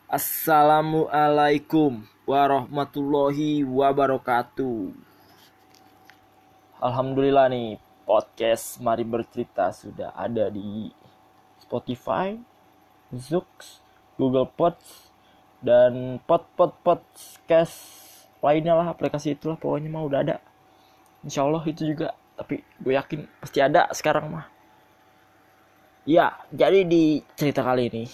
Assalamualaikum warahmatullahi wabarakatuh. Alhamdulillah nih, podcast Mari Bercerita sudah ada di Spotify, Zoox, Google Pods, dan podcast lainnya lah, aplikasi itulah pokoknya mah udah ada. Insya Allah itu juga, tapi gue yakin pasti ada sekarang mah. Ya, jadi di cerita kali ini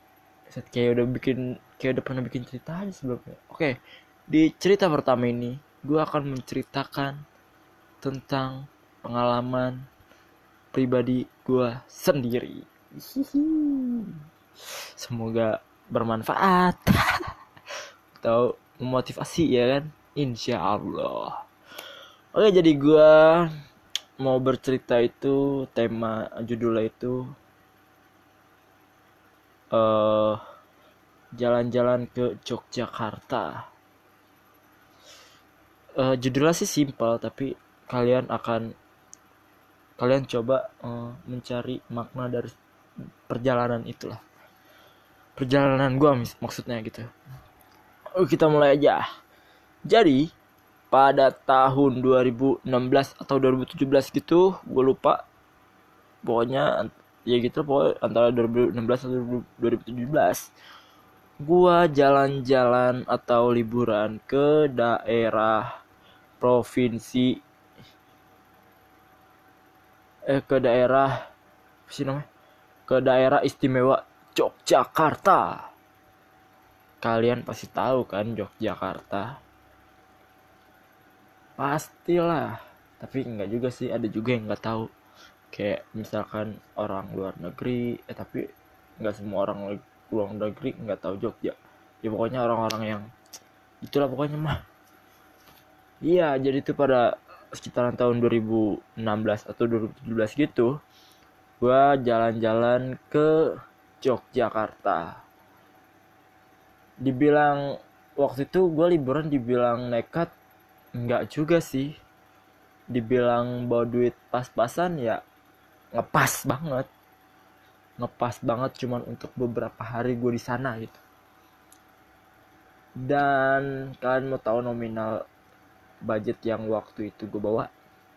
kayak udah pernah bikin cerita aja sebelumnya. Oke, di cerita pertama ini gue akan menceritakan tentang pengalaman pribadi gue sendiri. Semoga bermanfaat atau memotivasi ya kan, insya Allah. Oke, jadi gue mau bercerita itu, tema judulnya itu jalan-jalan ke Yogyakarta. Judulnya sih simpel, tapi kalian coba mencari makna dari perjalanan itulah. Perjalanan gue maksudnya gitu. Kita mulai aja. Jadi pada tahun 2016 atau 2017 gitu, gue lupa. Pokoknya ya gitu, pokoknya antara 2016 atau 2017. Gua jalan-jalan atau liburan ke daerah provinsi ke daerah apa sih namanya? Ke daerah istimewa Yogyakarta. Kalian pasti tahu kan Yogyakarta? Pastilah. Tapi enggak juga sih, ada juga yang enggak tahu. Kayak misalkan orang luar negeri, tapi enggak semua orang luar negeri enggak tahu Jogja. Ya pokoknya orang-orang yang itulah pokoknya mah. Iya, jadi itu pada sekitaran tahun 2016 atau 2017 gitu, gua jalan-jalan ke Yogyakarta. Dibilang waktu itu gue liburan, dibilang nekat enggak juga sih. Dibilang bawa duit pas-pasan, ya ngepas banget. Ngepas banget cuman untuk beberapa hari gue di sana gitu. Dan kalian mau tahu nominal budget yang waktu itu gue bawa?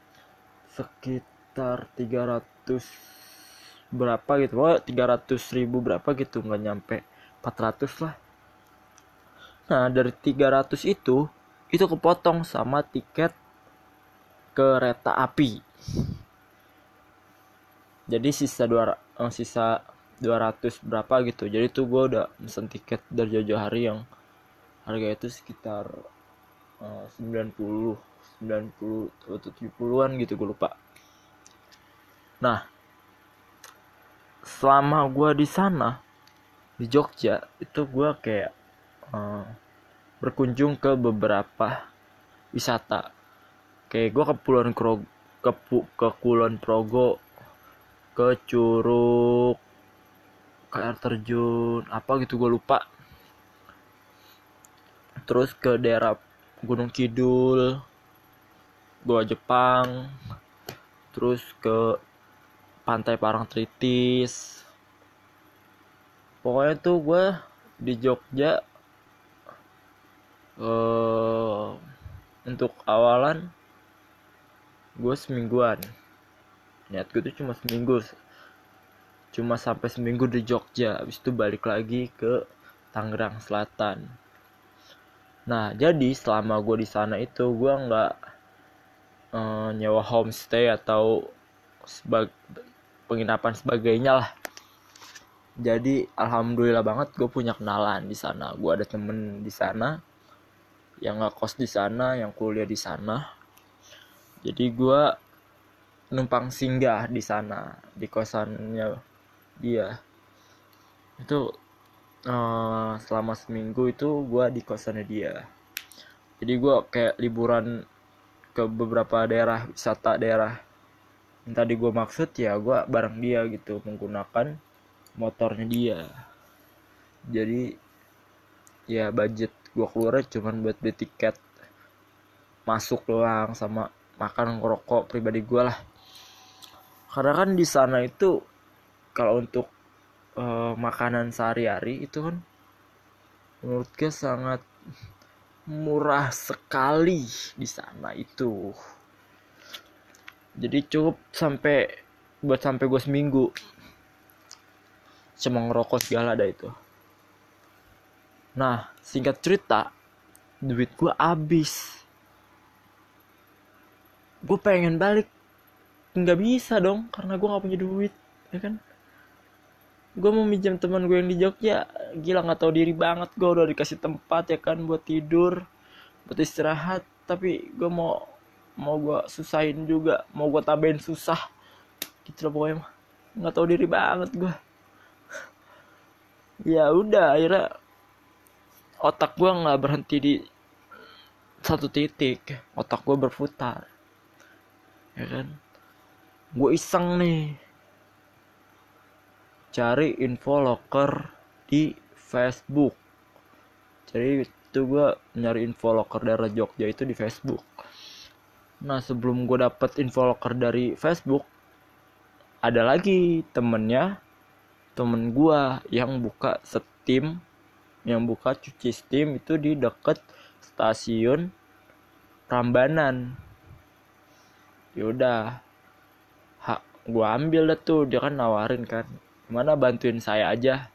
Sekitar 300 berapa gitu, pokoknya 300.000 berapa gitu, nggak nyampe 400 lah. Nah dari 300 itu kepotong sama tiket kereta api. Jadi sisa 200 berapa gitu. Jadi tuh gue udah pesen tiket dari jauh-jauh hari yang harga itu sekitar 90 atau 70-an gitu, gue lupa. Nah, selama gue di sana di Jogja itu gue kayak berkunjung ke beberapa wisata. Kayak gue ke Kulon Progo, ke Curug, ke air terjun apa gitu gue lupa. Terus ke daerah Gunung Kidul, Goa Jepang, terus ke Pantai Parangtritis. Pokoknya tuh gue di Jogja untuk awalan gue semingguan. Niat gue tuh cuma sampai seminggu di Jogja, habis itu balik lagi ke Tangerang Selatan. Nah jadi selama gue di sana itu gue nggak nyewa homestay atau penginapan sebagainya lah. Jadi alhamdulillah banget gue punya kenalan di sana. Gue ada temen di sana yang ngekos di sana, yang kuliah di sana. Jadi gue numpang singgah di sana, di kosannya dia. Itu selama seminggu itu gue di kosannya dia. Jadi gue kayak liburan ke beberapa wisata daerah yang tadi gue maksud, ya gue bareng dia gitu, menggunakan motornya dia. Jadi ya budget gue keluar cuman buat beli tiket masuk doang sama makan ngerokok pribadi gue lah. Karena kan di sana itu kalau untuk makanan sehari-hari itu kan menurut gue sangat murah sekali di sana itu. Jadi cukup buat sampai gue seminggu cuma ngerokok segala ada itu. Nah, singkat cerita, duit gue habis. Gue pengen balik, nggak bisa dong karena gue nggak punya duit, ya kan? Gue mau minjem teman gue yang di Jogja, gila nggak tahu diri banget. Gue udah dikasih tempat ya kan buat tidur, buat istirahat, tapi gue mau gue susahin juga, mau gue tambahin susah, gitu loh pokoknya mah. Nggak tahu diri banget gue. Ya udah, akhirnya otak gue nggak berhenti di satu titik, otak gue berputar, ya kan? Gue iseng nih cari info locker di Facebook. Jadi itu gue nyari info locker daerah Jogja itu di Facebook. Nah, sebelum gue dapet info locker dari Facebook, ada lagi temen gue yang buka Steam, yang buka cuci Steam itu di deket stasiun Prambanan. Yaudah, gue ambil dah tuh. Dia kan nawarin kan, gimana bantuin saya aja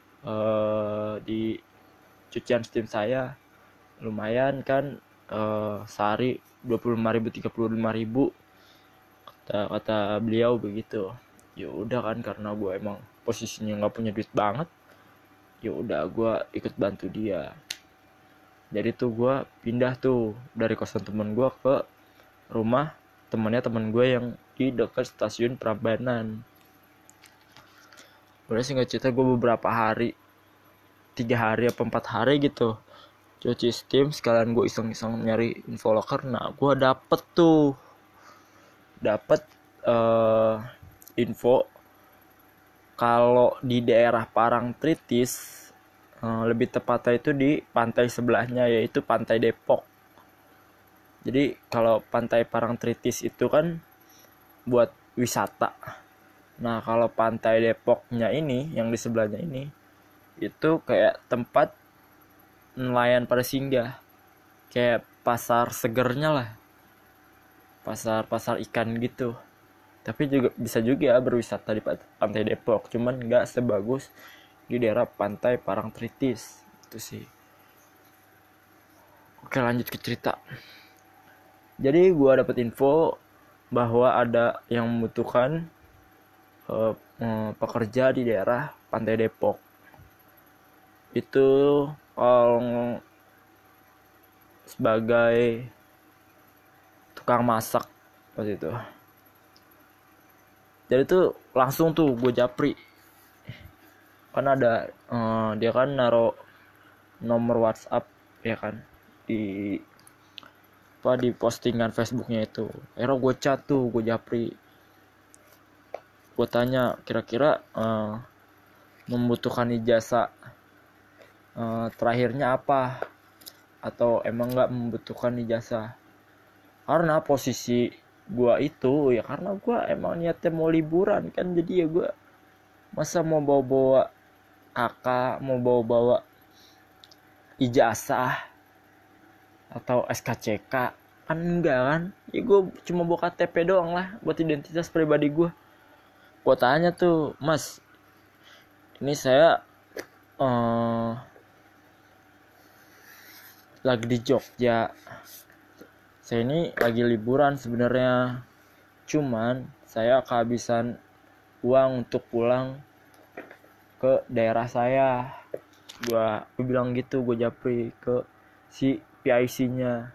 di cucian Steam saya, lumayan kan, sehari 25.000 35.000 kata beliau begitu. Ya udah kan, karena gue emang posisinya nggak punya duit banget, ya udah gue ikut bantu dia. Jadi tuh gue pindah tuh dari kosan temen gue ke rumah temen gue yang di dekat stasiun Prambanan. Udah singkat cerita, gue beberapa hari, 3 hari apa 4 hari gitu cuci Steam, sekalian gue iseng-iseng nyari info locker. Nah, gue dapet info kalau di daerah Parangtritis, lebih tepatnya itu di pantai sebelahnya, yaitu Pantai Depok. Jadi kalau Pantai Parangtritis itu kan buat wisata. Nah, kalau Pantai Depoknya ini, yang di sebelahnya ini, itu kayak tempat nelayan pada singgah, kayak pasar segernya lah, pasar ikan gitu. Tapi juga bisa juga berwisata di Pantai Depok, cuman nggak sebagus di daerah Pantai Parangtritis itu sih. Oke, lanjut ke cerita. Jadi gue dapet info bahwa ada yang membutuhkan pekerja di daerah Pantai Depok. Itu sebagai tukang masak pas itu. Jadi tuh langsung tuh gue japri, kan ada dia kan naro nomor WhatsApp ya kan di di postingan Facebooknya itu. Akhirnya gue chat tuh, gue japri, gue tanya kira-kira membutuhkan ijazah terakhirnya apa, atau emang nggak membutuhkan ijazah. Karena posisi gue itu ya, karena gue emang niatnya mau liburan kan, jadi ya gue masa mau bawa-bawa kakak, mau bawa-bawa ijazah atau SKCK kan enggak kan. Ya gue cuma bawa KTP doang lah buat identitas pribadi gue. Gue tanya tuh, mas, ini saya lagi di Jogja, saya ini lagi liburan sebenarnya, cuman saya kehabisan uang untuk pulang ke daerah saya. Gue bilang gitu, gue japri ke si PIC-nya.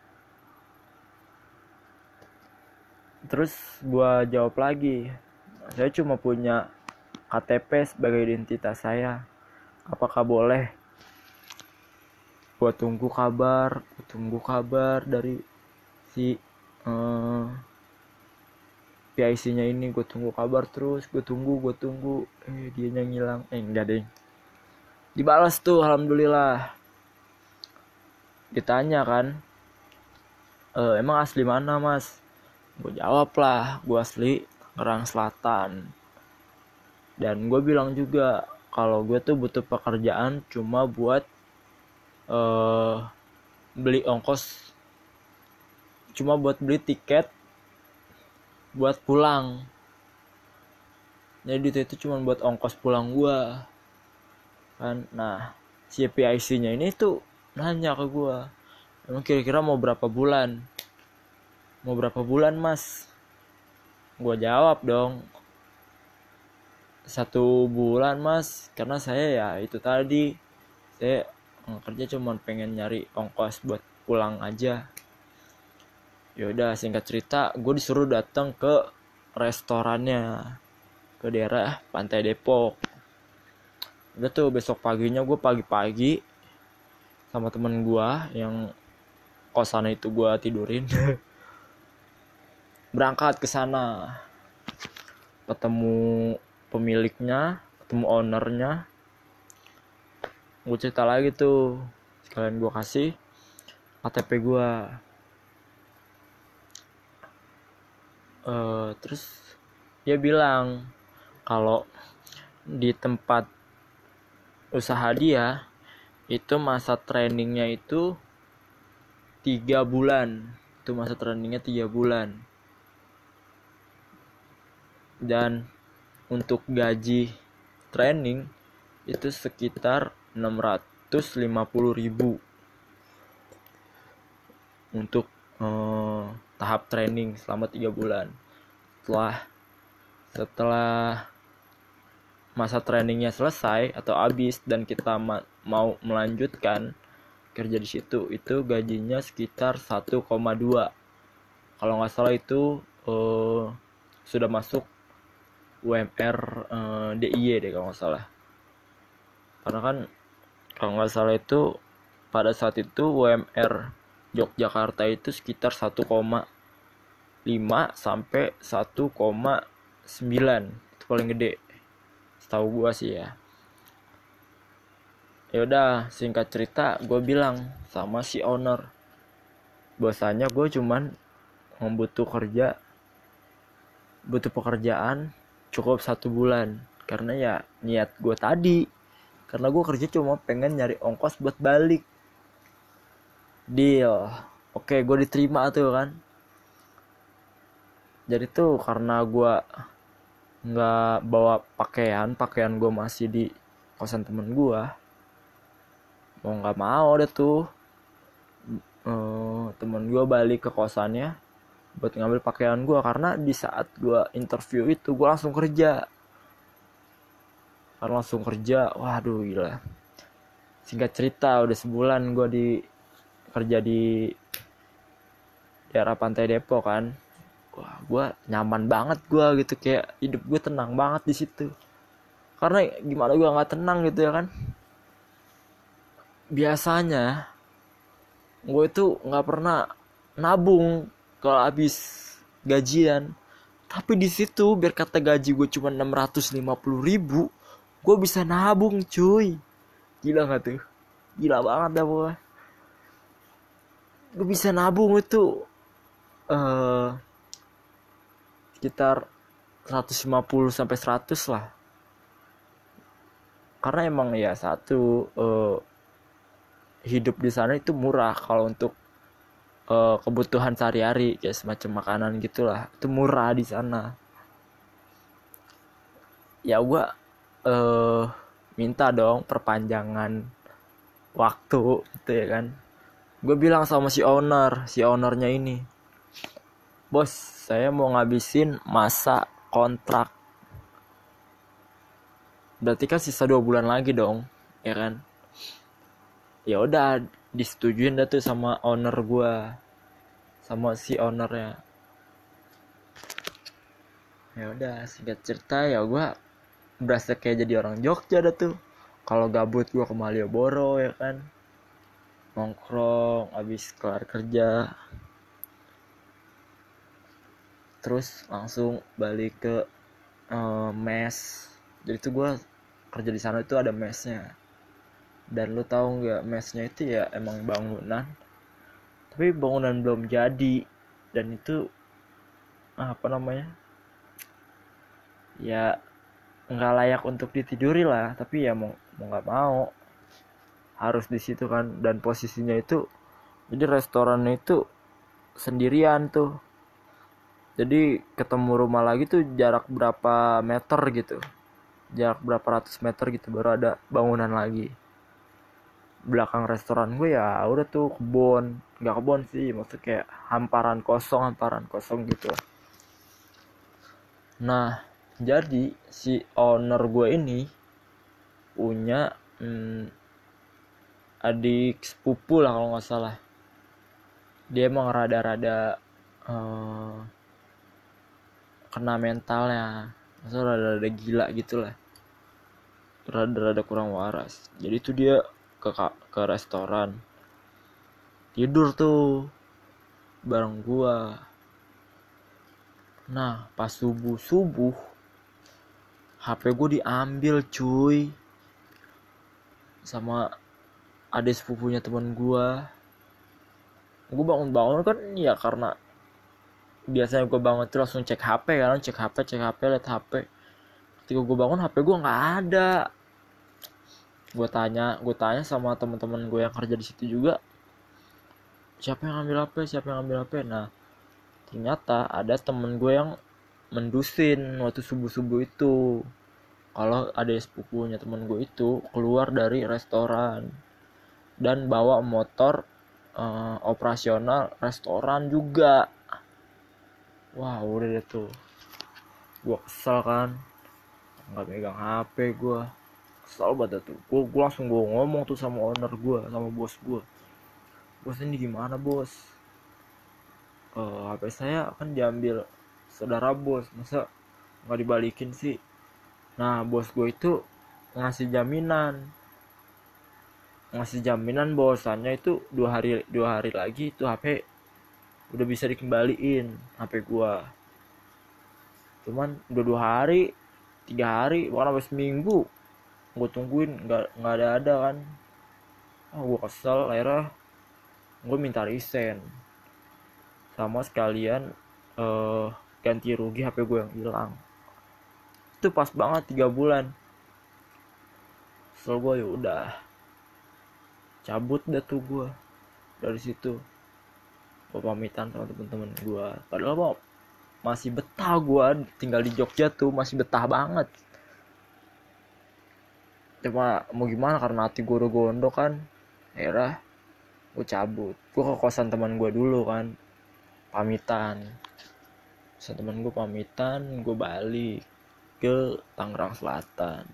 Terus gue jawab lagi, saya cuma punya KTP sebagai identitas saya, apakah boleh gue tunggu kabar dari si PIC-nya ini. Gue tunggu kabar terus, gue tunggu dianya ngilang. Enggak deh, dibalas tuh, alhamdulillah. Ditanya kan, emang asli mana mas? Gue jawab lah, gue asli Tangerang Selatan. Dan gue bilang juga kalau gue tuh butuh pekerjaan cuma buat beli ongkos cuma buat beli tiket buat pulang. Jadi duit itu cuma buat ongkos pulang gua kan. Nah, si PIC-nya ini tuh nanya ke gua, emang kira-kira mau berapa bulan? Mau berapa bulan, Mas? Gua jawab dong, 1 bulan, Mas, karena saya ya itu tadi, saya kerja cuma pengen nyari ongkos buat pulang aja. Yaudah, singkat cerita, gue disuruh datang ke restorannya, ke daerah Pantai Depok. Udah tuh besok paginya gue pagi-pagi sama temen gue yang kosan itu gue tidurin berangkat ke sana, ketemu pemiliknya, ketemu ownernya. Gue cerita lagi tuh, sekalian gue kasih KTP gue. Terus dia bilang kalau di tempat usaha dia itu masa trainingnya itu 3 bulan. Itu masa trainingnya 3 bulan. Dan untuk gaji training itu sekitar 650.000 untuk tahap training selama 3 bulan. Setelah masa trainingnya selesai atau habis dan kita mau melanjutkan kerja di situ, itu gajinya sekitar 1,2. Kalau nggak salah itu sudah masuk UMR DIY deh kalau nggak salah. Karena kan kalau nggak salah itu pada saat itu UMR Yogyakarta itu sekitar 1,5 sampai 1,9. Itu paling gede setahu gua sih ya. Ya udah, singkat cerita gue bilang sama si owner, bahwasanya gue cuman butuh pekerjaan cukup 1 bulan. Karena ya niat gue tadi, karena gue kerja cuma pengen nyari ongkos buat balik. Deal. Oke, gue diterima tuh kan. Jadi tuh karena gue nggak bawa pakaian gue masih di kosan temen gue, mau nggak mau deh tuh temen gue balik ke kosannya buat ngambil pakaian gue. Karena di saat gue interview itu gue langsung kerja. Waduh gila. Singkat cerita udah sebulan gue kerja di daerah Pantai Depok kan. Wah, gue nyaman banget gue gitu, kayak hidup gue tenang banget di situ. Karena gimana gue nggak tenang gitu ya kan. Biasanya gue itu nggak pernah nabung kalau habis gajian. Tapi di situ biar kata gaji gue cuma 650.000, gue bisa nabung cuy. Gila gak tuh? Gila banget dah pokoknya. Gue bisa nabung itu sekitar 150 sampai 100 lah. Karena emang ya satu, hidup di sana itu murah kalau untuk kebutuhan sehari-hari kayak semacam makanan gitulah, itu murah di sana. Ya gue minta dong perpanjangan waktu gitu ya kan. Gue bilang sama si ownernya ini, bos, saya mau ngabisin masa kontrak, berarti kan sisa 2 bulan lagi dong ya kan. Ya udah, disetujuin dah tuh sama owner gue, sama si ownernya. Ya udah, singkat cerita ya gue berasa kayak jadi orang Jogja dah tuh. Kalau gabut gue ke Malioboro ya kan, nongkrong abis kelar kerja, terus langsung balik ke mes. Jadi tuh gue kerja di sana itu ada mesnya. Dan lu tahu nggak, mesnya itu ya emang bangunan, tapi bangunan belum jadi. Dan itu apa namanya, ya nggak layak untuk ditiduri lah. Tapi ya mau nggak mau harus di situ kan, dan posisinya itu jadi restorannya itu sendirian tuh. Jadi ketemu rumah lagi tuh jarak berapa meter gitu, jarak berapa ratus meter gitu, baru ada bangunan lagi. Belakang restoran gue ya udah tuh kebun, nggak kebun sih, maksudnya kayak hamparan kosong gitu. Nah, jadi si owner gue ini punya adik sepupu lah kalau nggak salah. Dia emang rada-rada kena mentalnya, maksudnya rada-rada gila gitu lah, rada-rada kurang waras. Jadi tuh dia ke restoran, tidur tuh bareng gua. Nah pas subuh HP gue diambil cuy sama adik sepupunya teman gua. Gue bangun kan ya, karena biasanya gue bangun tuh langsung cek HP kan, cek HP, liat HP. Ketika gue bangun HP gue nggak ada. Gue tanya sama teman-teman gue yang kerja di situ juga, siapa yang ngambil HP. Nah ternyata ada temen gue yang mendusin waktu subuh itu kalau ada sepupunya temen gue itu keluar dari restoran dan bawa motor operasional restoran juga. Wah udah deh tuh, gue kesel kan, nggak megang HP gue, kesel banget tuh. Gue langsung ngomong tuh sama owner gue, sama bos gue. Bos ini gimana bos? HP saya kan diambil saudara bos, masa nggak dibalikin sih? Nah bos gue itu ngasih jaminan bahwasannya itu dua hari lagi itu HP udah bisa dikembaliin HP gue. Cuman udah 2 hari, 3 hari, bahkan sampai seminggu gue tungguin nggak ada kan. Gue kesel, akhirnya gue minta resign sama sekalian ganti rugi HP gue yang hilang. Itu pas banget 3 bulan. Kesel gue, ya udah cabut dah tuh gue dari situ. Gue pamitan sama temen-temen gue, padahal mau masih betah, gue tinggal di Jogja tuh masih betah banget. Cuma mau gimana, karena hati gue udah gondok kan, akhirnya gue cabut. Gue ke kosan teman gue dulu kan, pamitan. Kosan teman gue pamitan, gue balik ke Tangerang Selatan.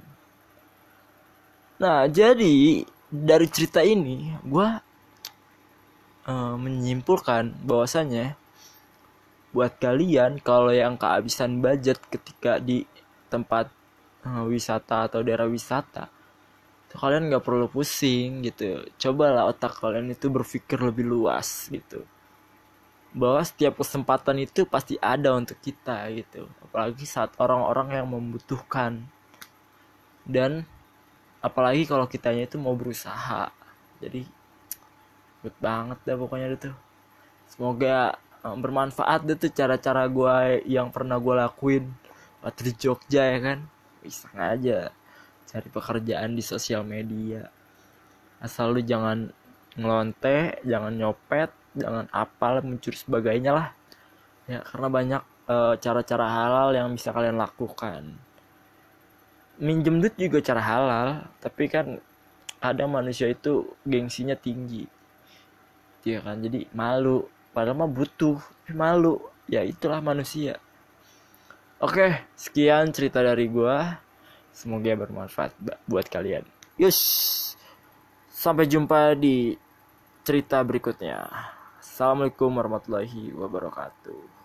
Nah jadi dari cerita ini gue menyimpulkan bahwasannya buat kalian kalau yang kehabisan budget ketika di tempat wisata atau daerah wisata, kalian nggak perlu pusing gitu. Cobalah otak kalian itu berpikir lebih luas gitu, bahwa setiap kesempatan itu pasti ada untuk kita gitu, apalagi saat orang-orang yang membutuhkan, dan apalagi kalau kitanya itu mau berusaha. Jadi good banget dah pokoknya itu. Semoga bermanfaat deh tuh cara-cara gue yang pernah gue lakuin waktu di Jogja ya kan. Iseng aja cari pekerjaan di sosial media, asal lu jangan ngelonte, jangan nyopet, jangan apal, mencuri sebagainya lah ya, karena banyak cara-cara halal yang bisa kalian lakukan. Minjem duit juga cara halal, tapi kan ada manusia itu gengsinya tinggi ya kan, jadi malu, padahal mah butuh tapi malu. Ya itulah manusia. Oke, sekian cerita dari gua, semoga bermanfaat buat kalian. Yus, sampai jumpa di cerita berikutnya. Assalamualaikum warahmatullahi wabarakatuh.